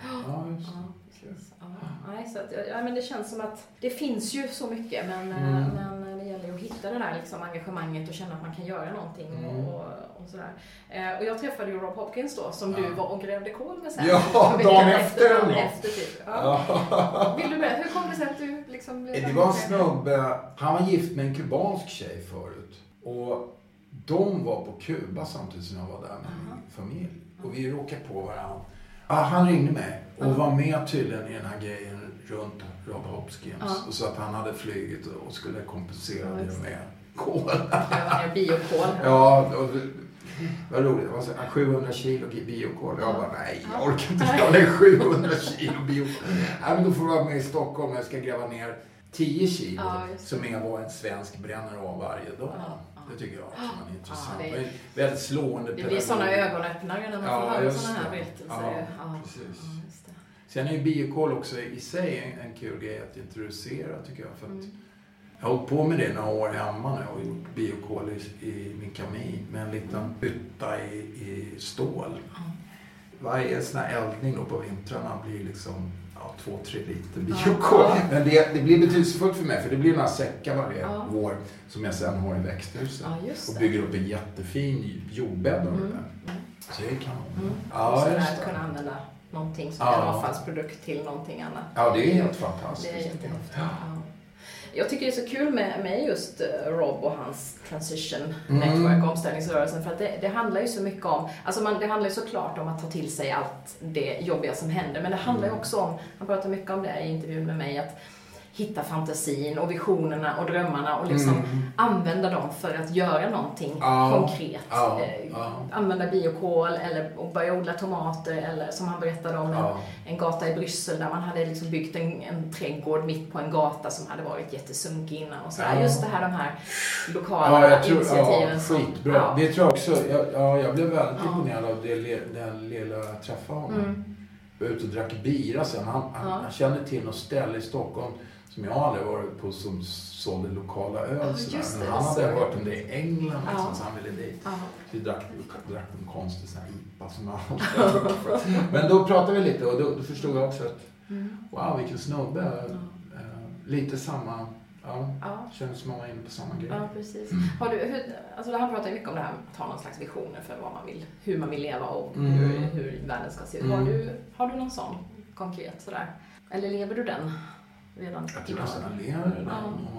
så att, men det känns som att det finns ju så mycket men det gäller att hitta det där liksom engagemanget och känna att man kan göra någonting och sådär. Och jag träffade ju Rob Hopkins då som du var och grävde kol med sen. Ja, dagen efter typ. Ja. Vill du berätta, hur kom det sig att du liksom blev... Det var en snubbe, han var gift med en kubansk tjej förut och de var på Kuba samtidigt som jag var där med min familj och vi råkade på varandra. Han ringde mig och var med tydligen i den här grejen runt Rob Hopkins. Och så att han hade flygit och skulle kompensera det med kol. Biokol. Ja, och det var roligt. Det var så 700 kilo biokol. Jag bara, nej, jag orkar inte göra 700 kilo biokol. Nej, men då får du vara med i Stockholm. Jag ska gräva ner 10 kilo som är vad en svensk bränner av varje dag. Det tycker jag också är intressant. Det är väldigt slående. Det blir sådana ögonöppnare när man får höra sådana här berättelser. Precis. Sen är ju biokol också i sig en kul grej att introducera tycker jag. För att jag har hållit på med det några år hemma nu och gjort biokol i min kamin med en liten bytta i stål. Varje sån här eldning då på vintrarna blir liksom 2-3 liter biokol. Men det blir betydelsefullt för mig för det blir några säckar varje vår som jag sen har i växthuset. Och bygger upp en jättefin jordbädd av det. Så det kan så att kunna använda någonting som en avfallsprodukt till någonting annat. Ja, det är helt fantastiskt. Det är jättehäftigt. Jag tycker det är så kul med just Rob och hans transition network, omställningsrörelsen, för att det handlar ju så mycket om, alltså det handlar ju såklart om att ta till sig allt det jobbiga som händer, men det handlar ju också om, han pratar mycket om det i intervjun med mig, att hitta fantasin och visionerna och drömmarna och liksom använda dem för att göra någonting konkret. Använda biokol eller börja odla tomater eller som han berättade om en gata i Bryssel där man hade liksom byggt en trädgård mitt på en gata som hade varit jättesunkig innan och sådär. Just det här, de här lokala initiativen. Skitbra. Det tror jag också. Jag blev väldigt imponerad av den lilla jag träffade honom. Jag var ute och drack bira sen. Han kände till något ställe i Stockholm som jag aldrig varit på som sålde lokala öl. Men han hade hört om det i England så han ville dit. Så vi drack en konstig sån här IPA som han Men då pratade vi lite och då förstod jag också att wow, vilken snubbe. Lite samma... känns som man var inne på samma grej. Ja, precis. Alltså han pratar ju mycket om det här att ha någon slags visioner för vad man vill, hur man vill leva och hur världen ska se ut. Har du någon sån konkret sådär? Eller lever du den redan idag? Jag tror jag lever den.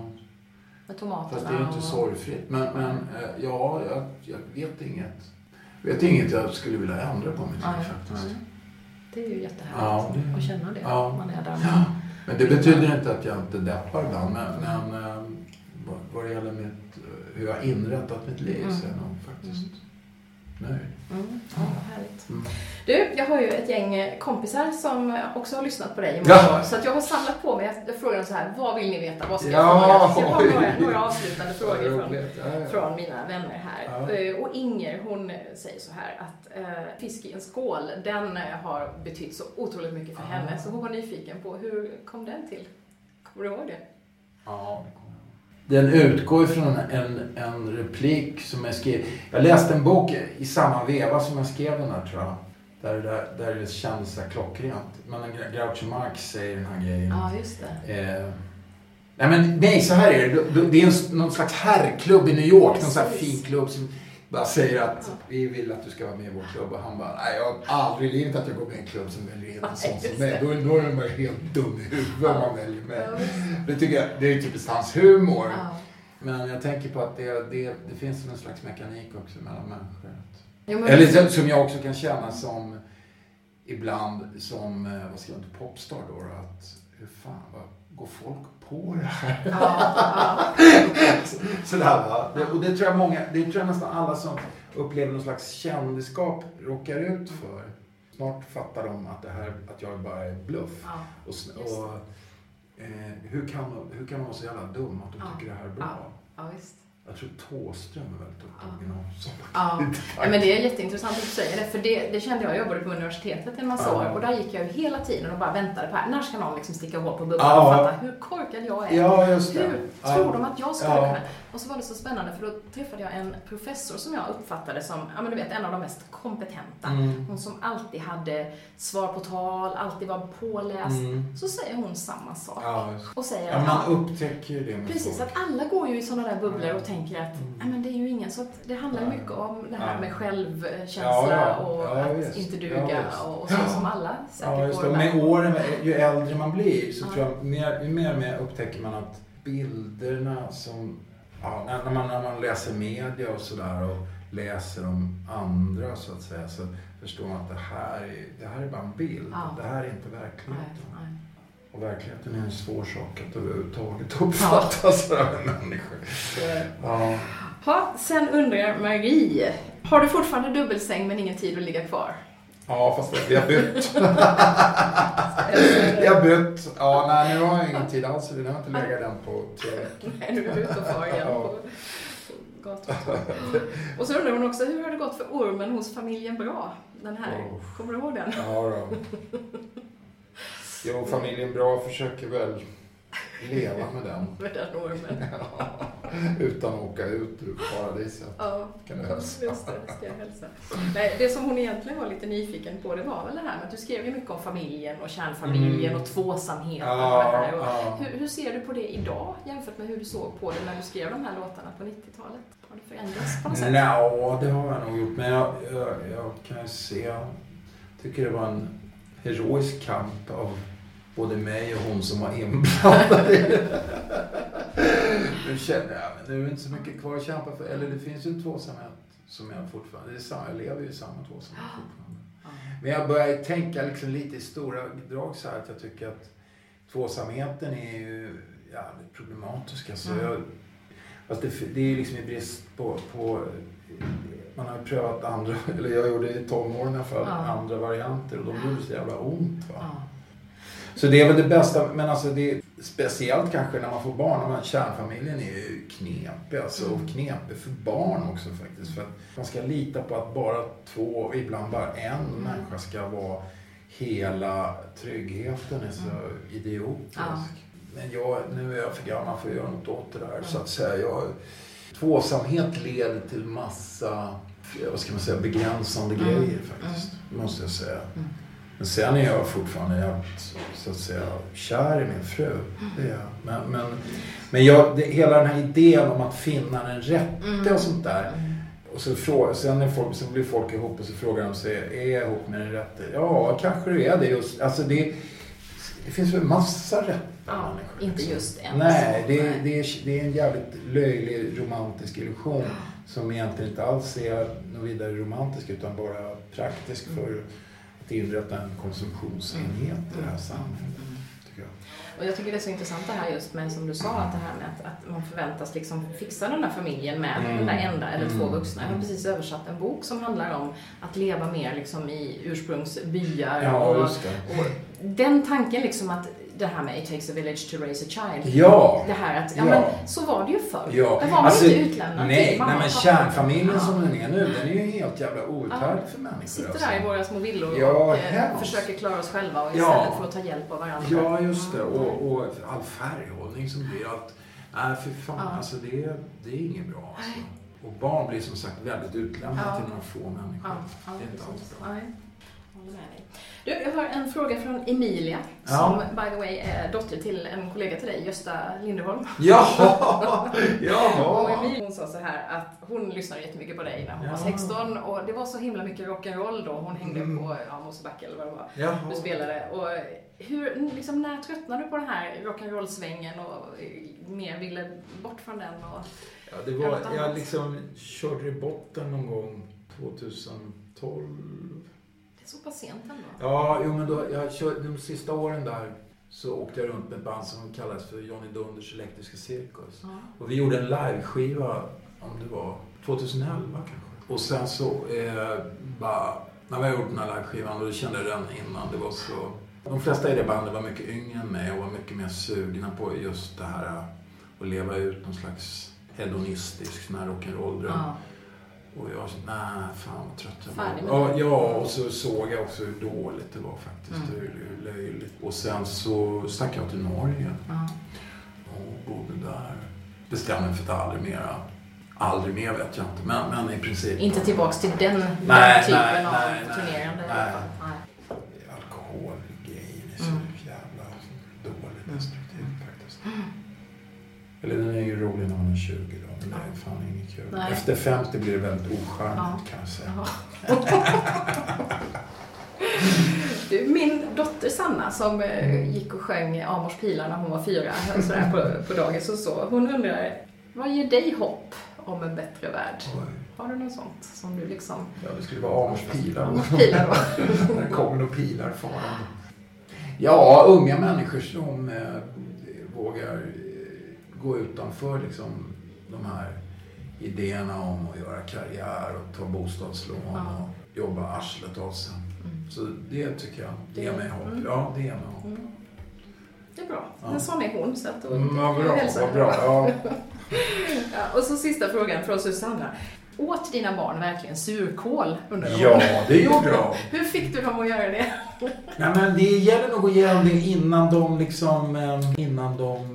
Med tomaterna. Fast det är ju inte sorgfritt. Men jag vet inget. Jag vet inget jag skulle vilja ändra på mig faktiskt. Det är ju jättehärligt att känna det. Man är där. Men det betyder inte att jag inte deppar ibland, men vad det gäller hur jag har inrättat mitt liv så är jag nog faktiskt nöjd. Härligt. Du, jag har ju ett gäng kompisar som också har lyssnat på dig i många år, så att jag har samlat på mig, jag frågar dem så här, vad vill ni veta, vad ska jag fråga? Så jag har några avslutande frågor från mina vänner här. Och Inger, hon säger så här att fisk i en skål, den har betytt så otroligt mycket för henne, så hon var nyfiken på hur kom den till? Kommer du ihåg det? Ja, den utgår från en replik som jag skrev. Jag läste en bok i samma veva som jag skrev den här, tror jag. Där det känns så klockrent. Men Groucho Marx säger den här grejen. Ja, just det. Nej, så här är det. Det är någon slags herrklubb i New York. Någon sån här fin klubb som bara säger att vi vill att du ska vara med i vår klubb. Och han bara, nej, jag har aldrig livet att jag går med i en klubb som väljer en sån som mig. Då är den bara helt dum i huvudet om man väljer mig. Det tycker jag, det är typiskt hans humor. Men jag tänker på att det finns någon slags mekanik också mellan människor. Eller som jag också kan känna som ibland som, vad ska jag inte, popstar då, att hur fan, vad går folk på det här? Sådär va? Och det tror jag nästan alla som upplever någon slags kändisskap råkar ut för. snart fattar de att jag bara är bluff. Hur kan de vara så jävla dum att de tycker det här är bra? Ja, visst. Jag tror Thåström är väldigt upptagen av sånt. Ja, men det är jätteintressant att du säger det. För det kände jag jobbade på universitetet en massa år. Och där gick jag ju hela tiden och bara väntade på när ska någon liksom sticka hål på bubblan och fatta hur korkad jag är. Ja, just det. Hur tror de att jag skulle kunna? Och så var det så spännande för då träffade jag en professor som jag uppfattade som, du vet, en av de mest kompetenta. Hon som alltid hade svar på tal, alltid var påläst. Så säger hon samma sak. Och säger man upptäcker ju det. Precis, att alla går ju i sådana där bubblor och tänker att men det är ju ingen, så att det handlar mycket om det här med självkänsla och att inte duga och så som alla säkert går. Med åren, ju äldre man blir så tror jag mer upptäcker man att bilderna som när man läser media och sådär och läser om andra så att säga, så förstår man att det här är bara en bild. Det här är inte verkligheten. Nej. Och verkligheten är en svår sak att överhuvudtaget uppfatta sådär med människor. Sen undrar Marie, har du fortfarande dubbelsäng men ingen tid att ligga kvar? Ja, fast vi har bytt. Vi har bytt. Nej, nu har jag ingen tid alls. Nu har inte läggat den på 3 veckor. Nej, nu är du ute och far igen på gatan. Och så undrar hon också, hur har det gått för ormen hos familjen Bra? Den här, kommer du ihåg den? Ja då. Jo, familjen Bra försöker väl leva med den. Med den ormen. Utan att åka ut ur paradiset. Kan du hälsa? Just det, ska jag hälsa. Nej, det som hon egentligen var lite nyfiken på, det var väl det här med att du skrev ju mycket om familjen och kärnfamiljen och tvåsamheten och det här. Och hur ser du på det idag jämfört med hur du såg på det när du skrev de här låtarna på 90-talet? Har det förändrats på något sätt? Nej, det har jag nog gjort. Men jag kan säga, tycker det var en heroisk kamp av både mig och hon som var inblandad i det. Nu känner jag, men nu är det inte så mycket kvar att kämpa för. Eller det finns ju en tvåsamhet som jag fortfarande, jag lever ju i samma tvåsamhet fortfarande. Men jag börjar tänka liksom lite i stora drag så här att jag tycker att tvåsamheten är ju jävligt problematisk. Alltså fast det är ju liksom i brist på man har ju prövat andra, eller jag gjorde i 12 år i alla fall, andra varianter och de gjorde så jävla ont va. Så det är väl det bästa, men alltså det är speciellt kanske när man får barn, kärnfamiljen är ju knepig, alltså, och knepig för barn också faktiskt, för att man ska lita på att bara 2, ibland bara en människa ska vara hela tryggheten, är så idiotisk. Men nu är jag för gammal för att göra något åt det där, så att säga, tvåsamhet leder till massa, vad ska man säga, begränsande grejer faktiskt, måste jag säga. Men sen är jag fortfarande så att säga kär i min fru. Det är jag. Men hela den här idén om att finna den rätte och sånt där. Och så sen blir folk ihop och så frågar de sig, är jag ihop med den rätte? Ja, kanske det är det just. Alltså det finns väl massa rätta människor. Inte just en. Nej, det är en jävligt löjlig romantisk illusion som egentligen inte alls är något vidare romantisk utan bara praktisk för inrätta en konsumtionsenhet i det här samhället, tycker jag. Och jag tycker det är så intressant det här just med, som du sa, att det här med att man förväntas liksom fixa den där familjen med den där enda eller 2 vuxna. Jag har precis översatt en bok som handlar om att leva mer liksom i ursprungsbyar och den tanken liksom att det här med it takes a village to raise a child. Ja. Det här att, men så var det ju förr. Ja. Där var man inte utlämnad till mamma. Nej, men kärnfamiljen som den är nu, den är ju helt jävla outhärdlig för människor. Sitter där i våra små villor och försöker klara oss själva och istället för att ta hjälp av varandra. Ja, just det. Och all färghållning som blir allt. Nej, för fan, alltså det är inget bra. Alltså. Och barn blir som sagt väldigt utlämnade till några få människor. Det är inte alls bra. Du, jag har en fråga från Emilia som by the way är dotter till en kollega till dig, Gösta Linderholm. Jaha! Och Emilia, hon sa så här att hon lyssnade jättemycket på dig när hon var 16 och det var så himla mycket rock'n'roll då. Hon hängde på Mosebacke eller vad det var. Du spelade. Och liksom, när tröttnade du på den här rock'n'roll-svängen och mer ville bort från den? Och det var, jag liksom körde i botten någon gång 2012. Så pass sent ändå. Ja, men jag körde de sista åren där så åkte jag runt med ett band som kallades för Johnny Dunders Elektriska Cirkus. Och vi gjorde en liveskiva, om det var 2011 kanske. Och sen så bara när jag gjorde den här liveskivan och du kände den innan, det var så... De flesta i det bandet var mycket yngre än mig och var mycket mer sugna på just det här att leva ut någon slags hedonistisk sån här rock'n'roll-dröm. Ja. Och jag sa, nej, fan vad trött jag var. Ja, och så såg jag också hur dåligt det var faktiskt, hur löjligt. Och sen så stack jag till Norge och bodde där. Bestämde mig för att aldrig mer vet jag inte, men i princip. Inte tillbaks till den typen av turnerande? Nej. Alkoholgrejen är så jävla dåligt destruktivt faktiskt. Eller den är ju rolig när man är 20 då, men det är fan inget kul. Nej. Efter 50 blir det väldigt ocharmigt kan jag säga. Du, min dotter Sanna som gick och sjöng Amors pilar när hon var 4 sådär på dagis och så. Hon undrar, vad ger dig hopp om en bättre värld? Oj. Har du något sånt som du liksom... Ja, det skulle vara Amors pilar. Amors pilar då. När det kommer nog pilar farande. Ja, unga människor som vågar gå utanför liksom de här idéerna om att göra karriär och ta bostadslån och jobba arslet av sig. Så det tycker jag ger mig hopp. Ja, det ger mig hopp. Det är bra. En sån är hon. Så att vad bra. Ja. Och så sista frågan från Susanna. Åt dina barn verkligen surkål under dem? Ja, det gjorde de. Hur fick du dem att göra det? Nej, men det gäller nog att ge dem det innan de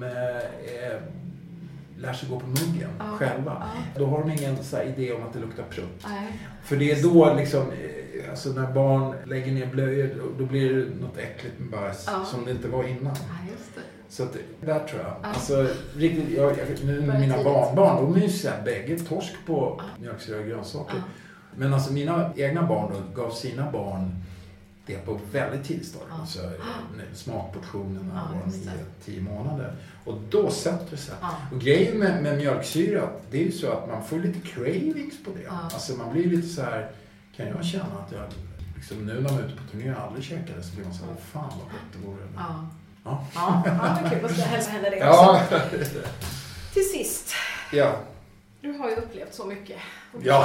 lär sig gå på muggen själva. Då har de ingen så här idé om att det luktar prutt. För det är då liksom, alltså när barn lägger ner blöjor, då blir det något äckligt med bajs som det inte var innan. Just det. Så att, där tror jag. Alltså, riktigt, nu med mina barnbarn, de är ju så här, bägge torsk på mjölksyra och grönsaker. Men alltså mina egna barn då, gav sina barn det på väldigt tidigt stadium. Alltså smakportionerna var 9-10 månader. Och då sätter det sig. Och grejen med mjölksyra, det är ju så att man får lite cravings på det. Alltså man blir lite så här, kan jag känna att jag liksom, nu när man är ute på turné aldrig käkade så blir man så här, fan vad gott det vore. Ja, det är kul. Då ska jag hälsa henne det också. Till sist. Ja. Du har ju upplevt så mycket. Och du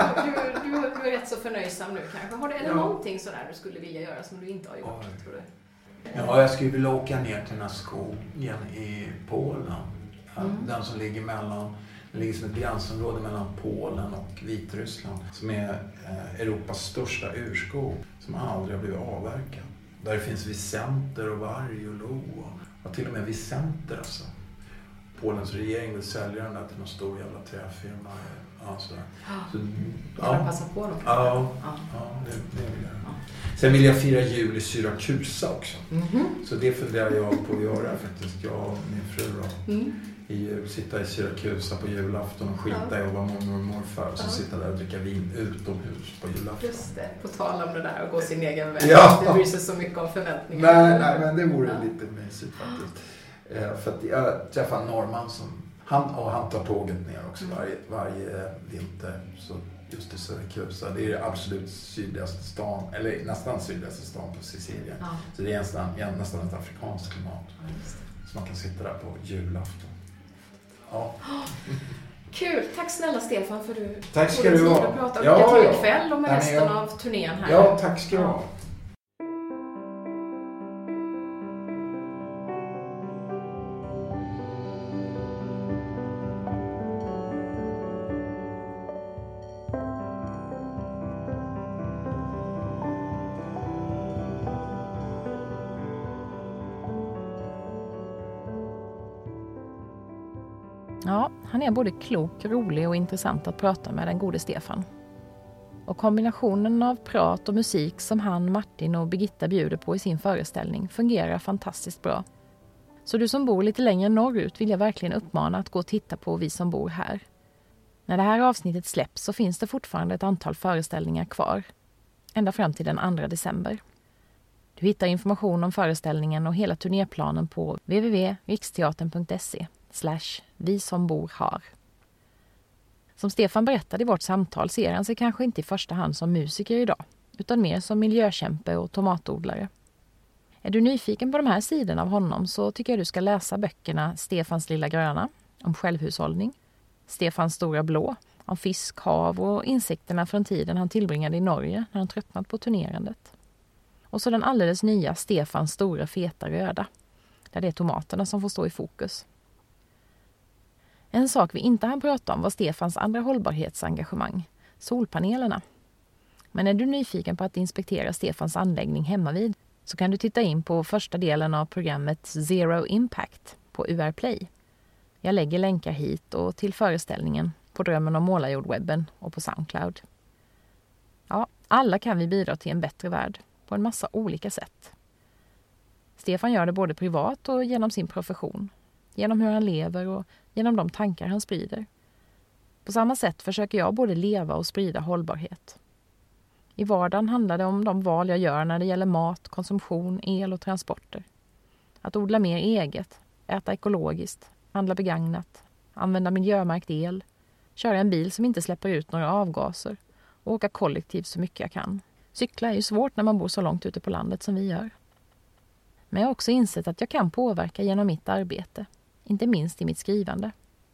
är rätt så förnöjsam nu kanske. Har du någonting sådär du skulle vilja göra som du inte har gjort, tror du? Ja, jag skulle vilja åka ner till den här skogen i Polen. Den som ligger det ligger som ett gränsområde mellan Polen och Vitryssland. Som är Europas största urskog som aldrig har blivit avverkad. Där det finns vicenter och varg och lo. Och till och med vicenter alltså. Polens regering vill sälja den där till någon stor jävla träfirma. Så passa på dem. Ja, det vill jag. Sen vill jag fira jul i Syrakusa också. Så det funderar jag på att göra faktiskt. Jag och min fru då. Sitta i Syrakusa på julafton och skita i att vara mormor och morfar. Och så sitta där och dricka vin utomhus på julafton. Just det, på tal om det där och gå sin egen väg. Det bryr sig så mycket om förväntningar. Nej, men det vore lite mysigt faktiskt. För att jag träffade en norrman som han tar tåget ner också varje vinter. Så just i Syrakusa, det är det absolut sydligaste stan, eller nästan sydligaste stan på Sicilien. Så det är nästan ett afrikanskt klimat. Så man kan sitta där på julafton. Kul, tack snälla Stefan för du tack ska du ha. Och prata lycka till ikväll och med resten av turnén här. Ja, tack ska du ha. Ja, han är både klok, rolig och intressant att prata med, den gode Stefan. Och kombinationen av prat och musik som han, Martin och Birgitta bjuder på i sin föreställning fungerar fantastiskt bra. Så du som bor lite längre norrut vill jag verkligen uppmana att gå och titta på Vi som bor här. När det här avsnittet släpps så finns det fortfarande ett antal föreställningar kvar. Ända fram till den 2 december. Du hittar information om föreställningen och hela turnéplanen på www.riksteatern.se/vi som bor har. Som Stefan berättade i vårt samtal ser han sig kanske inte i första hand som musiker idag, utan mer som miljökämpe och tomatodlare. Är du nyfiken på de här sidorna av honom så tycker jag du ska läsa böckerna Stefans lilla gröna om självhushållning, Stefans stora blå Om fisk, hav och insekterna från tiden han tillbringade i Norge när han tröttnat på turnerandet. Och så den alldeles nya Stefans stora feta röda, där det är tomaterna som får stå i fokus. En sak vi inte hann prata om var Stefans andra hållbarhetsengagemang, solpanelerna. Men är du nyfiken på att inspektera Stefans anläggning hemmavid så kan du titta in på första delen av programmet Zero Impact på UR Play. Jag lägger länkar hit och till föreställningen på Drömmen om Målarjord-webben och på Soundcloud. Ja, alla kan vi bidra till en bättre värld på en massa olika sätt. Stefan gör det både privat och genom sin profession, genom hur han lever och genom de tankar han sprider. På samma sätt försöker jag både leva och sprida hållbarhet. I vardagen handlar det om de val jag gör när det gäller mat, konsumtion, el och transporter. Att odla mer eget, äta ekologiskt, handla begagnat, använda miljömärkt el, köra en bil som inte släpper ut några avgaser och åka kollektivt så mycket jag kan. Cykla är ju svårt när man bor så långt ute på landet som vi gör. Men jag har också insett att jag kan påverka genom mitt arbete, inte minst i mitt skrivande.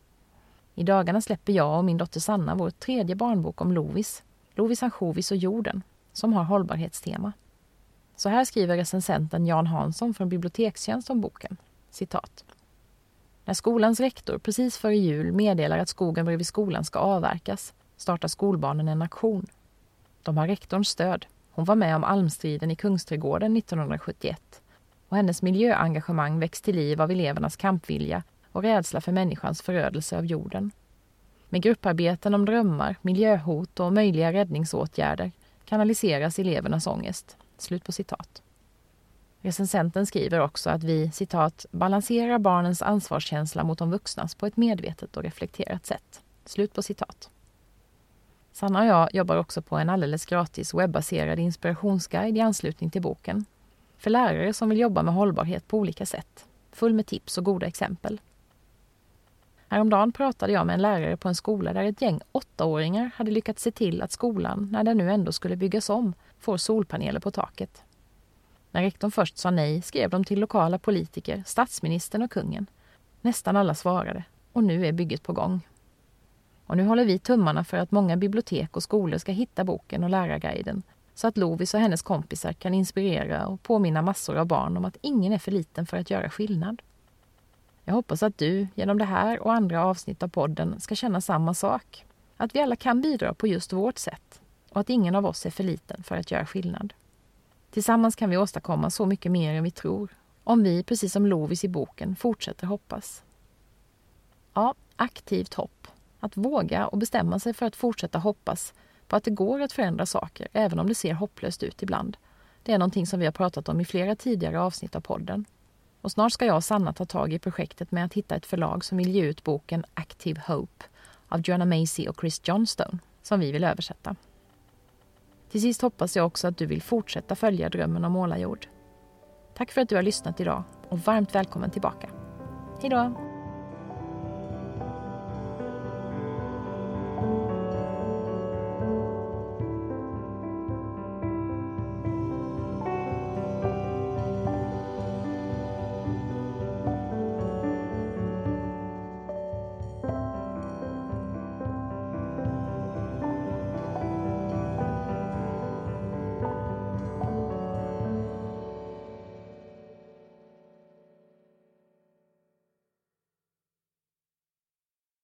I dagarna släpper jag och min dotter Sanna vår 3:e barnbok om Lovis, Lovis ansjovis och jorden, som har hållbarhetstema. Så här skriver recensenten Jan Hansson från Bibliotekstjänst om boken, citat. När skolans rektor precis före jul meddelar att skogen bredvid skolan ska avverkas startar skolbarnen en aktion. De har rektorns stöd. Hon var med om almstriden i Kungsträdgården 1971 och hennes miljöengagemang väcks till liv av elevernas kampvilja och rädsla för människans förödelse av jorden. Med grupparbeten om drömmar, miljöhot och möjliga räddningsåtgärder kanaliseras elevernas ångest. Slut på citat. Recensenten skriver också att vi, citat, balanserar barnens ansvarskänsla mot de vuxnas på ett medvetet och reflekterat sätt. Slut på citat. Sanna och jag jobbar också på en alldeles gratis webbaserad inspirationsguide i anslutning till boken. För lärare som vill jobba med hållbarhet på olika sätt. Full med tips och goda exempel. Häromdagen pratade jag med en lärare på en skola där ett gäng 8-åringar hade lyckats se till att skolan, när den nu ändå skulle byggas om, får solpaneler på taket. När rektorn först sa nej skrev de till lokala politiker, statsministern och kungen. Nästan alla svarade och nu är bygget på gång. Och nu håller vi tummarna för att många bibliotek och skolor ska hitta boken och lärarguiden så att Lovis och hennes kompisar kan inspirera och påminna massor av barn om att ingen är för liten för att göra skillnad. Jag hoppas att du genom det här och andra avsnitt av podden ska känna samma sak. Att vi alla kan bidra på just vårt sätt och att ingen av oss är för liten för att göra skillnad. Tillsammans kan vi åstadkomma så mycket mer än vi tror om vi, precis som Lovis i boken, fortsätter hoppas. Ja, aktivt hopp. Att våga och bestämma sig för att fortsätta hoppas på att det går att förändra saker även om det ser hopplöst ut ibland. Det är någonting som vi har pratat om i flera tidigare avsnitt av podden. Och snart ska jag och Sanna ta tag i projektet med att hitta ett förlag som vill ge ut boken Active Hope av Joanna Macy och Chris Johnstone som vi vill översätta. Till sist hoppas jag också att du vill fortsätta följa Drömmen om Målarjord. Tack för att du har lyssnat idag och varmt välkommen tillbaka. Hej då!